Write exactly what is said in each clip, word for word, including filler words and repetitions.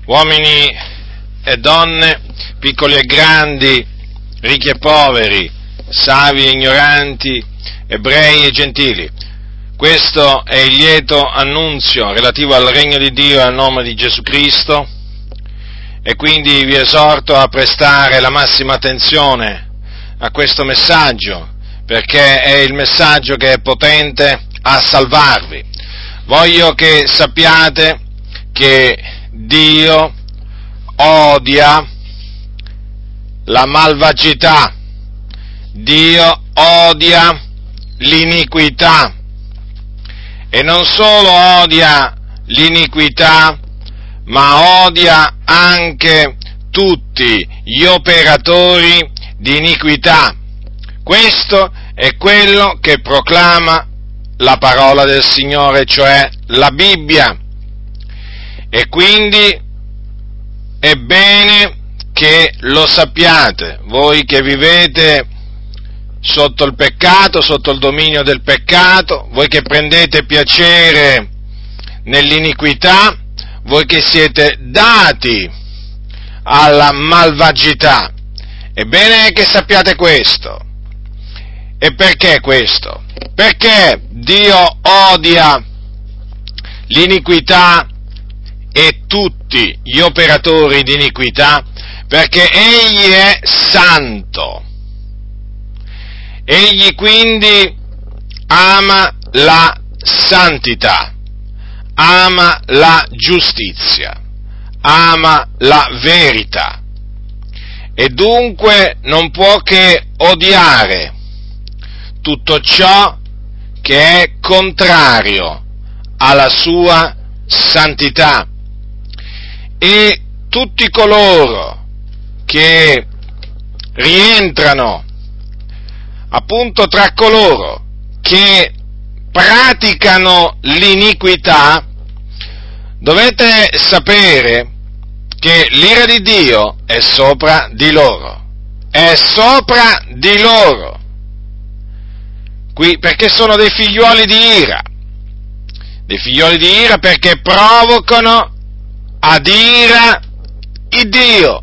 uomini e donne, piccoli e grandi, ricchi e poveri, savi e ignoranti, ebrei e gentili. Questo è il lieto annunzio relativo al regno di Dio e al nome di Gesù Cristo, e quindi vi esorto a prestare la massima attenzione a questo messaggio, perché è il messaggio che è potente a salvarvi. Voglio che sappiate che Dio odia la malvagità, Dio odia l'iniquità, e non solo odia l'iniquità, ma odia anche tutti gli operatori di iniquità. Questo è quello che proclama la parola del Signore, cioè la Bibbia. E quindi è bene che lo sappiate, voi che vivete sotto il peccato, sotto il dominio del peccato, voi che prendete piacere nell'iniquità, voi che siete dati alla malvagità. È bene che sappiate questo. E perché questo? Perché Dio odia l'iniquità e tutti gli operatori di iniquità? Perché Egli è santo. Egli quindi ama la santità, ama la giustizia, ama la verità, e dunque non può che odiare tutto ciò che è contrario alla sua santità. E tutti coloro che rientrano appunto tra coloro che praticano l'iniquità, dovete sapere che l'ira di Dio è sopra di loro, è sopra di loro, qui perché sono dei figliuoli di ira, dei figliuoli di ira perché provocano ad ira il Dio.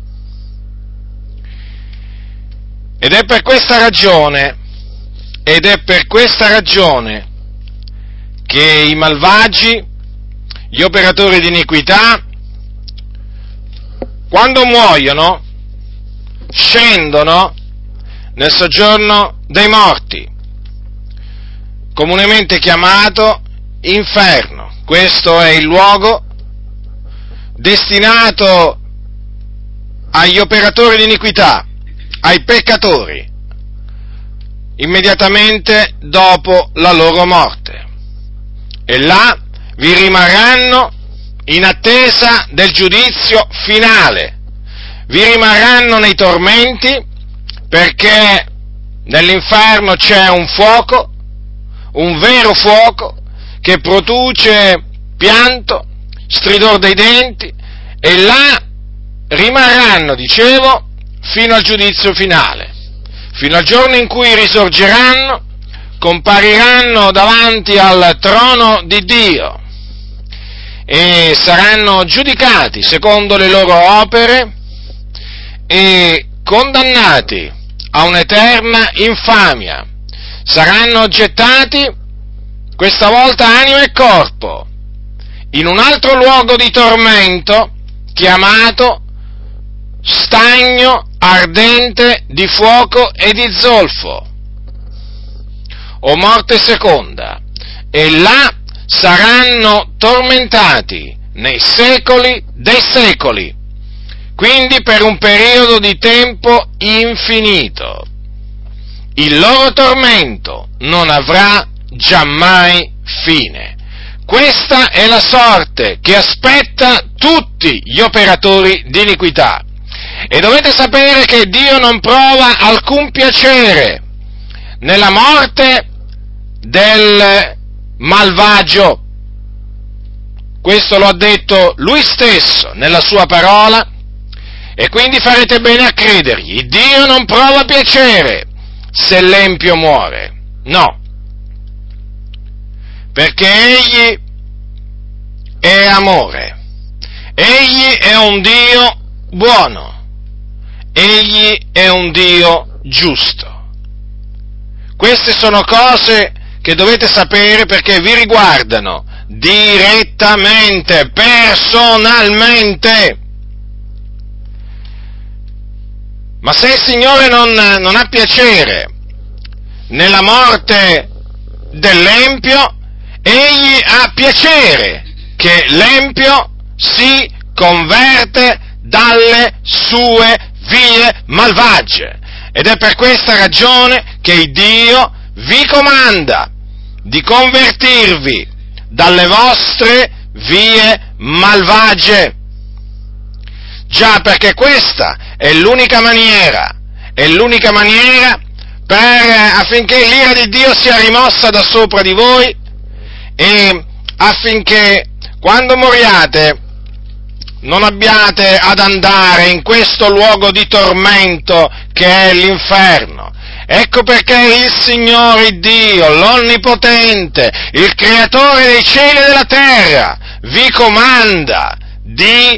Ed è per questa ragione, ed è per questa ragione che i malvagi, gli operatori di iniquità, quando muoiono, scendono nel soggiorno dei morti, comunemente chiamato inferno. Questo è il luogo destinato agli operatori di iniquità, ai peccatori, immediatamente dopo la loro morte. E là vi rimarranno in attesa del giudizio finale, vi rimarranno nei tormenti, perché nell'inferno c'è un fuoco, un vero fuoco, che produce pianto, stridor dei denti, e là rimarranno, dicevo, fino al giudizio finale, fino al giorno in cui risorgeranno, compariranno davanti al trono di Dio e saranno giudicati secondo le loro opere e condannati a un'eterna infamia. Saranno gettati, questa volta anima e corpo, in un altro luogo di tormento chiamato stagno ardente di fuoco e di zolfo, o morte seconda, e là saranno tormentati nei secoli dei secoli, quindi per un periodo di tempo infinito. Il loro tormento non avrà giammai fine. Questa è la sorte che aspetta tutti gli operatori di iniquità. E dovete sapere che Dio non prova alcun piacere nella morte del malvagio. Questo lo ha detto Lui stesso nella sua parola, e quindi farete bene a credergli. Dio non prova piacere se l'empio muore, no, perché Egli è amore, Egli un Dio buono, Egli è un Dio giusto. Queste sono cose che dovete sapere perché vi riguardano direttamente, personalmente. Ma se il Signore non, non ha piacere nella morte dell'empio, Egli ha piacere che l'empio si converte dalle sue vie malvagie. Ed è per questa ragione che Dio vi comanda di convertirvi dalle vostre vie malvagie. Già, perché questa è l'unica maniera, è l'unica maniera per, affinché l'ira di Dio sia rimossa da sopra di voi e affinché quando moriate non abbiate ad andare in questo luogo di tormento che è l'inferno. Ecco perché il Signore Dio, l'Onnipotente, il Creatore dei cieli e della terra, vi comanda di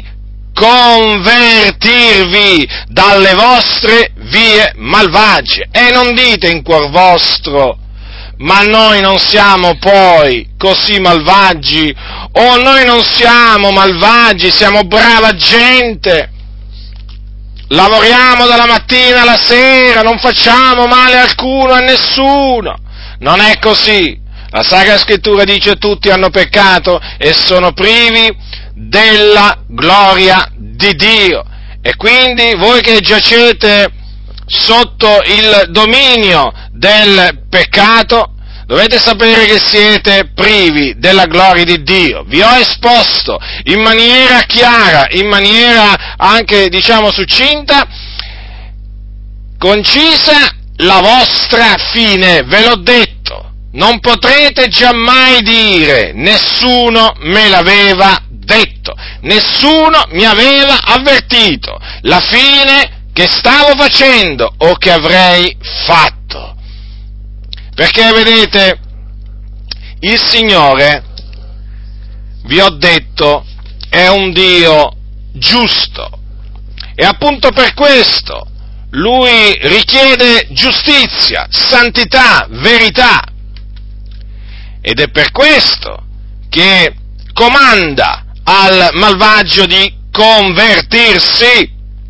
convertirvi dalle vostre vie malvagie. E non dite in cuor vostro: ma noi non siamo poi così malvagi, o noi non siamo malvagi, siamo brava gente, lavoriamo dalla mattina alla sera, non facciamo male alcuno a nessuno. Non è così. La Sacra Scrittura dice: tutti hanno peccato e sono privi della gloria di Dio. E quindi voi che giacete sotto il dominio del peccato, dovete sapere che siete privi della gloria di Dio. Vi ho esposto in maniera chiara, in maniera anche, diciamo, succinta, concisa, la vostra fine, ve l'ho detto. Non potrete giammai dire: nessuno me l'aveva detto, nessuno mi aveva avvertito la fine che stavo facendo o che avrei fatto. Perché vedete, il Signore, vi ho detto, è un Dio giusto e appunto per questo Lui richiede giustizia, santità, verità, ed è per questo che comanda al malvagio di convertirsi.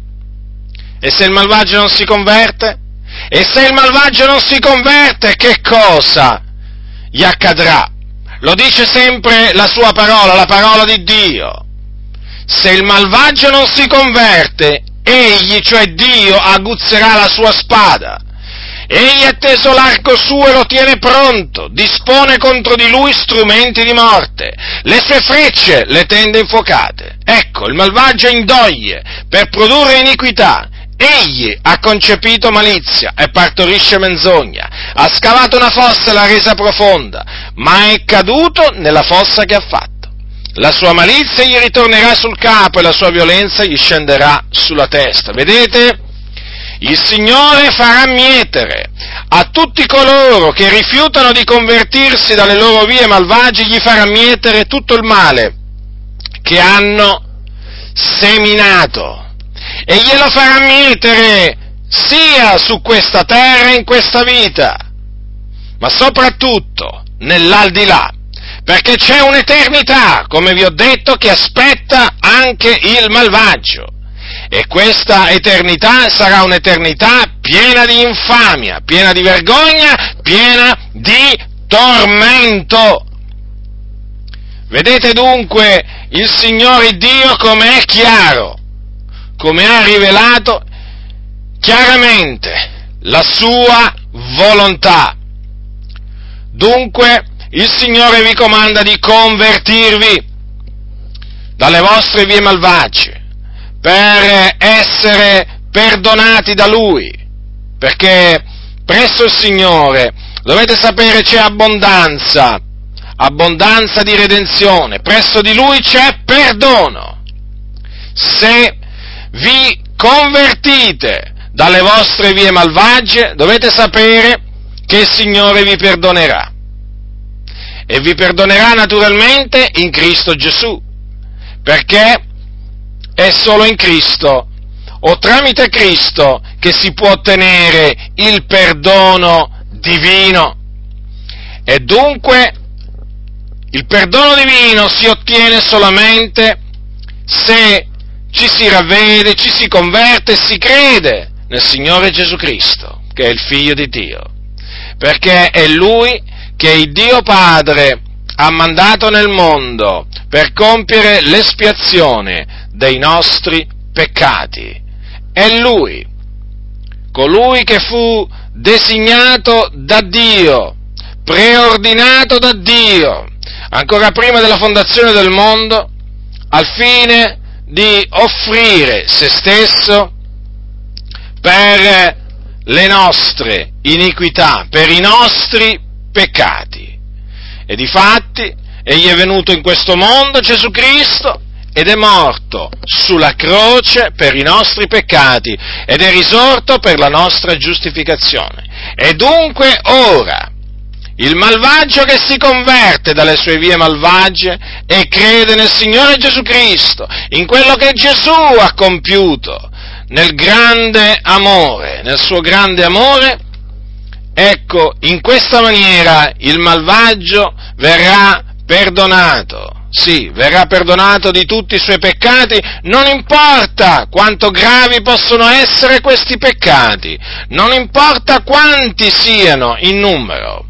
E se il malvagio non si converte? E se il malvagio non si converte, che cosa gli accadrà? Lo dice sempre la sua parola, la parola di Dio. Se il malvagio non si converte, egli, cioè Dio, aguzzerà la sua spada. Egli ha teso l'arco suo e lo tiene pronto, dispone contro di lui strumenti di morte, le sue frecce le tende infuocate. Ecco, il malvagio indoglie per produrre iniquità. Egli ha concepito malizia e partorisce menzogna, ha scavato una fossa e l'ha resa profonda, ma è caduto nella fossa che ha fatto. La sua malizia gli ritornerà sul capo e la sua violenza gli scenderà sulla testa. Vedete? Il Signore farà mietere a tutti coloro che rifiutano di convertirsi dalle loro vie malvagie, gli farà mietere tutto il male che hanno seminato. E glielo farà mietere sia su questa terra in questa vita, ma soprattutto nell'aldilà, perché c'è un'eternità, come vi ho detto, che aspetta anche il malvagio. E questa eternità sarà un'eternità piena di infamia, piena di vergogna, piena di tormento. Vedete dunque il Signore Dio come è chiaro, come ha rivelato chiaramente la sua volontà. Dunque il Signore vi comanda di convertirvi dalle vostre vie malvagie per essere perdonati da Lui, perché presso il Signore, dovete sapere, c'è abbondanza, abbondanza di redenzione, presso di Lui c'è perdono. Se vi convertite dalle vostre vie malvagie, dovete sapere che il Signore vi perdonerà. E vi perdonerà naturalmente in Cristo Gesù, perché è è solo in Cristo, o tramite Cristo, che si può ottenere il perdono divino. E dunque il perdono divino si ottiene solamente se ci si ravvede, ci si converte e si crede nel Signore Gesù Cristo, che è il Figlio di Dio, perché è Lui che il Dio Padre ha mandato nel mondo per compiere l'espiazione dei nostri peccati. È Lui, colui che fu designato da Dio, preordinato da Dio, ancora prima della fondazione del mondo, al fine di offrire se stesso per le nostre iniquità, per i nostri peccati. E difatti egli è venuto in questo mondo, Gesù Cristo, ed è morto sulla croce per i nostri peccati ed è risorto per la nostra giustificazione. E dunque ora il malvagio che si converte dalle sue vie malvagie e crede nel Signore Gesù Cristo, in quello che Gesù ha compiuto, nel grande amore, nel suo grande amore, ecco, in questa maniera il malvagio verrà perdonato. Sì, verrà perdonato di tutti i suoi peccati, non importa quanto gravi possono essere questi peccati, non importa quanti siano in numero.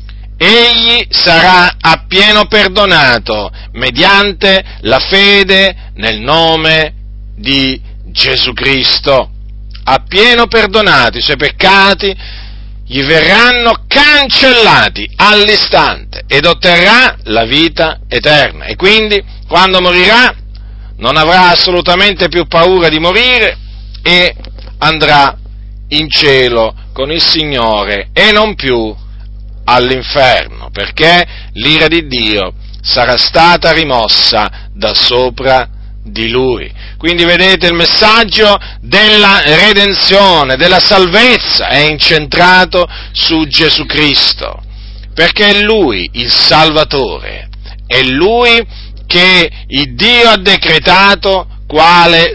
Egli sarà appieno perdonato mediante la fede nel nome di Gesù Cristo. Appieno perdonato, i suoi peccati gli verranno cancellati all'istante ed otterrà la vita eterna. E quindi, quando morirà, non avrà assolutamente più paura di morire e andrà in cielo con il Signore e non più all'inferno, perché l'ira di Dio sarà stata rimossa da sopra di lui. Quindi vedete, il messaggio della redenzione, della salvezza è incentrato su Gesù Cristo, perché è Lui il Salvatore, è Lui che il Dio ha decretato quale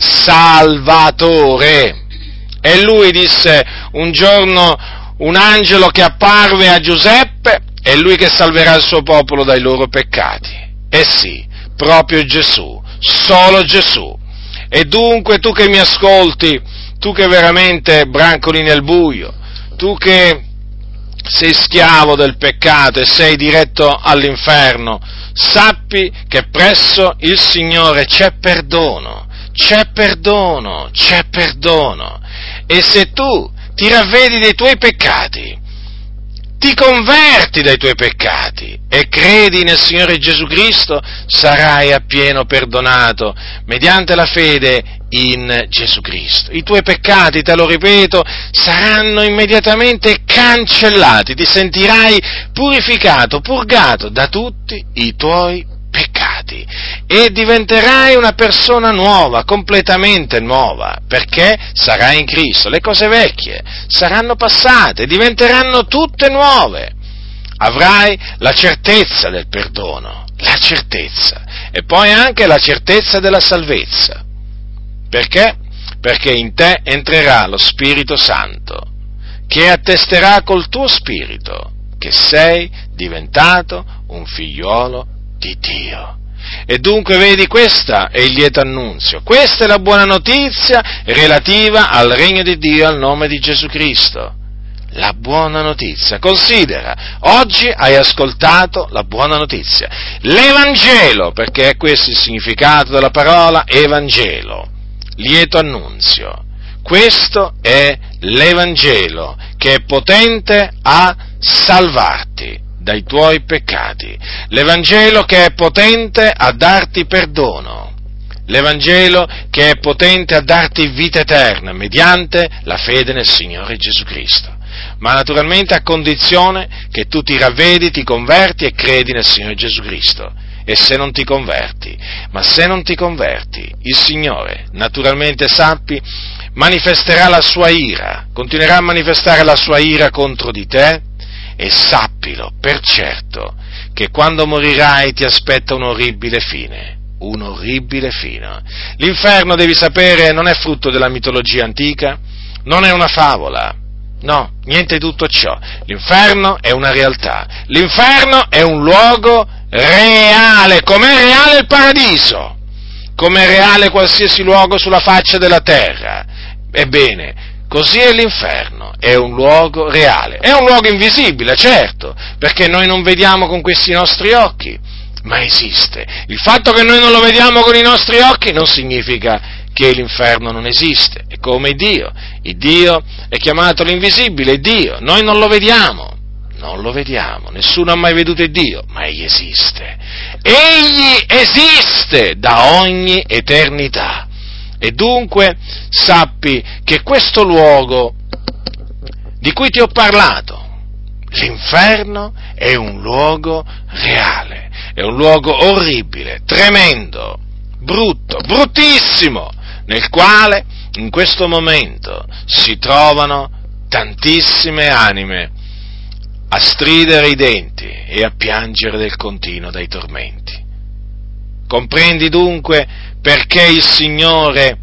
Salvatore. E Lui disse un giorno, un angelo che apparve a Giuseppe, è Lui che salverà il suo popolo dai loro peccati. E sì, proprio Gesù, solo Gesù. E dunque tu che mi ascolti, tu che veramente brancoli nel buio, tu che sei schiavo del peccato e sei diretto all'inferno, sappi che presso il Signore c'è perdono, c'è perdono, c'è perdono. E se tu ti ravvedi dei tuoi peccati, ti converti dai tuoi peccati e credi nel Signore Gesù Cristo, sarai appieno perdonato mediante la fede in Gesù Cristo. I tuoi peccati, te lo ripeto, saranno immediatamente cancellati, ti sentirai purificato, purgato da tutti i tuoi peccati e diventerai una persona nuova, completamente nuova, perché sarai in Cristo. Le cose vecchie saranno passate, diventeranno tutte nuove. Avrai la certezza del perdono, la certezza, e poi anche la certezza della salvezza. Perché? Perché in te entrerà lo Spirito Santo, che attesterà col tuo spirito che sei diventato un figliuolo di Dio. E dunque vedi, questa è il lieto annunzio, questa è la buona notizia relativa al regno di Dio, al nome di Gesù Cristo. La buona notizia, considera, oggi hai ascoltato la buona notizia, l'Evangelo, perché è questo il significato della parola Evangelo, lieto annunzio. Questo è l'Evangelo che è potente a salvarti dai tuoi peccati, l'Evangelo che è potente a darti perdono, l'Evangelo che è potente a darti vita eterna mediante la fede nel Signore Gesù Cristo, ma naturalmente a condizione che tu ti ravvedi, ti converti e credi nel Signore Gesù Cristo. E se non ti converti, ma se non ti converti, il Signore, naturalmente sappi, manifesterà la sua ira, continuerà a manifestare la sua ira contro di te, e sappilo per certo che quando morirai ti aspetta un orribile fine, un orribile fine. L'inferno, devi sapere, non è frutto della mitologia antica, non è una favola, no, niente di tutto ciò. L'inferno è una realtà, l'inferno è un luogo reale, come è reale il paradiso, come è reale qualsiasi luogo sulla faccia della terra. Ebbene, così è l'inferno, è un luogo reale, è un luogo invisibile, certo, perché noi non vediamo con questi nostri occhi, ma esiste. Il fatto che noi non lo vediamo con i nostri occhi non significa che l'inferno non esiste, è come Dio. Il Dio è chiamato l'invisibile, Dio, noi non lo vediamo, non lo vediamo, nessuno ha mai veduto il Dio, ma Egli esiste. Egli esiste da ogni eternità. E dunque sappi che questo luogo di cui ti ho parlato, l'inferno, è un luogo reale, è un luogo orribile, tremendo, brutto, bruttissimo, nel quale in questo momento si trovano tantissime anime a stridere i denti e a piangere del continuo dai tormenti. Comprendi dunque perché il Signore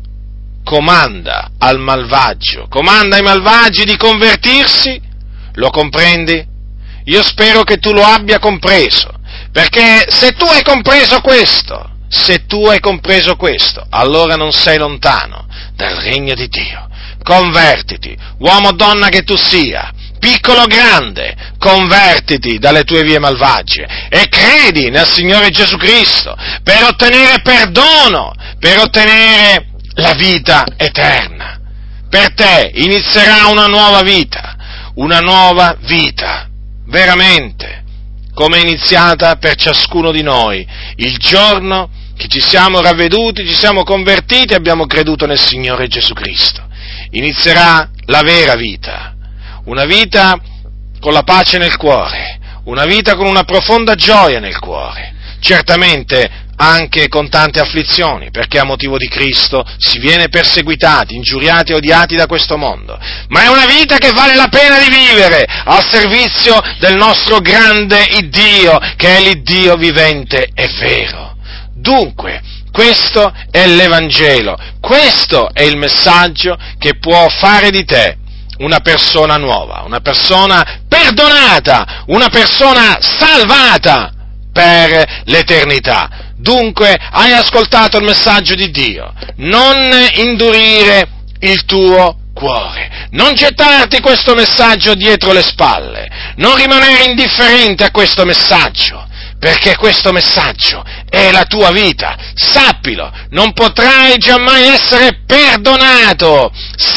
comanda al malvagio, comanda ai malvagi di convertirsi? Lo comprendi? Io spero che tu lo abbia compreso, perché se tu hai compreso questo, se tu hai compreso questo, allora non sei lontano dal regno di Dio. Convertiti, uomo o donna che tu sia, piccolo o grande, convertiti dalle tue vie malvagie e credi nel Signore Gesù Cristo per ottenere perdono, per ottenere la vita eterna. Per te inizierà una nuova vita, una nuova vita, veramente, come è iniziata per ciascuno di noi il giorno che ci siamo ravveduti, ci siamo convertiti e abbiamo creduto nel Signore Gesù Cristo. Inizierà la vera vita, una vita con la pace nel cuore, una vita con una profonda gioia nel cuore, certamente anche con tante afflizioni, perché a motivo di Cristo si viene perseguitati, ingiuriati e odiati da questo mondo, ma è una vita che vale la pena di vivere al servizio del nostro grande Iddio, che è l'Iddio vivente e vero. Dunque, questo è l'Evangelo, questo è il messaggio che può fare di te una persona nuova, una persona perdonata, una persona salvata per l'eternità. Dunque, hai ascoltato il messaggio di Dio, non indurire il tuo cuore, non gettarti questo messaggio dietro le spalle, non rimanere indifferente a questo messaggio, perché questo messaggio è la tua vita, sappilo, non potrai giammai essere perdonato,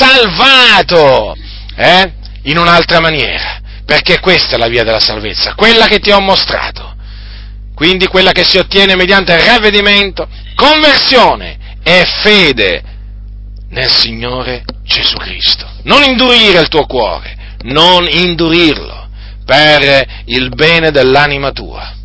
salvato, eh, in un'altra maniera, perché questa è la via della salvezza, quella che ti ho mostrato. Quindi quella che si ottiene mediante ravvedimento, conversione e fede nel Signore Gesù Cristo. Non indurire il tuo cuore, non indurirlo per il bene dell'anima tua.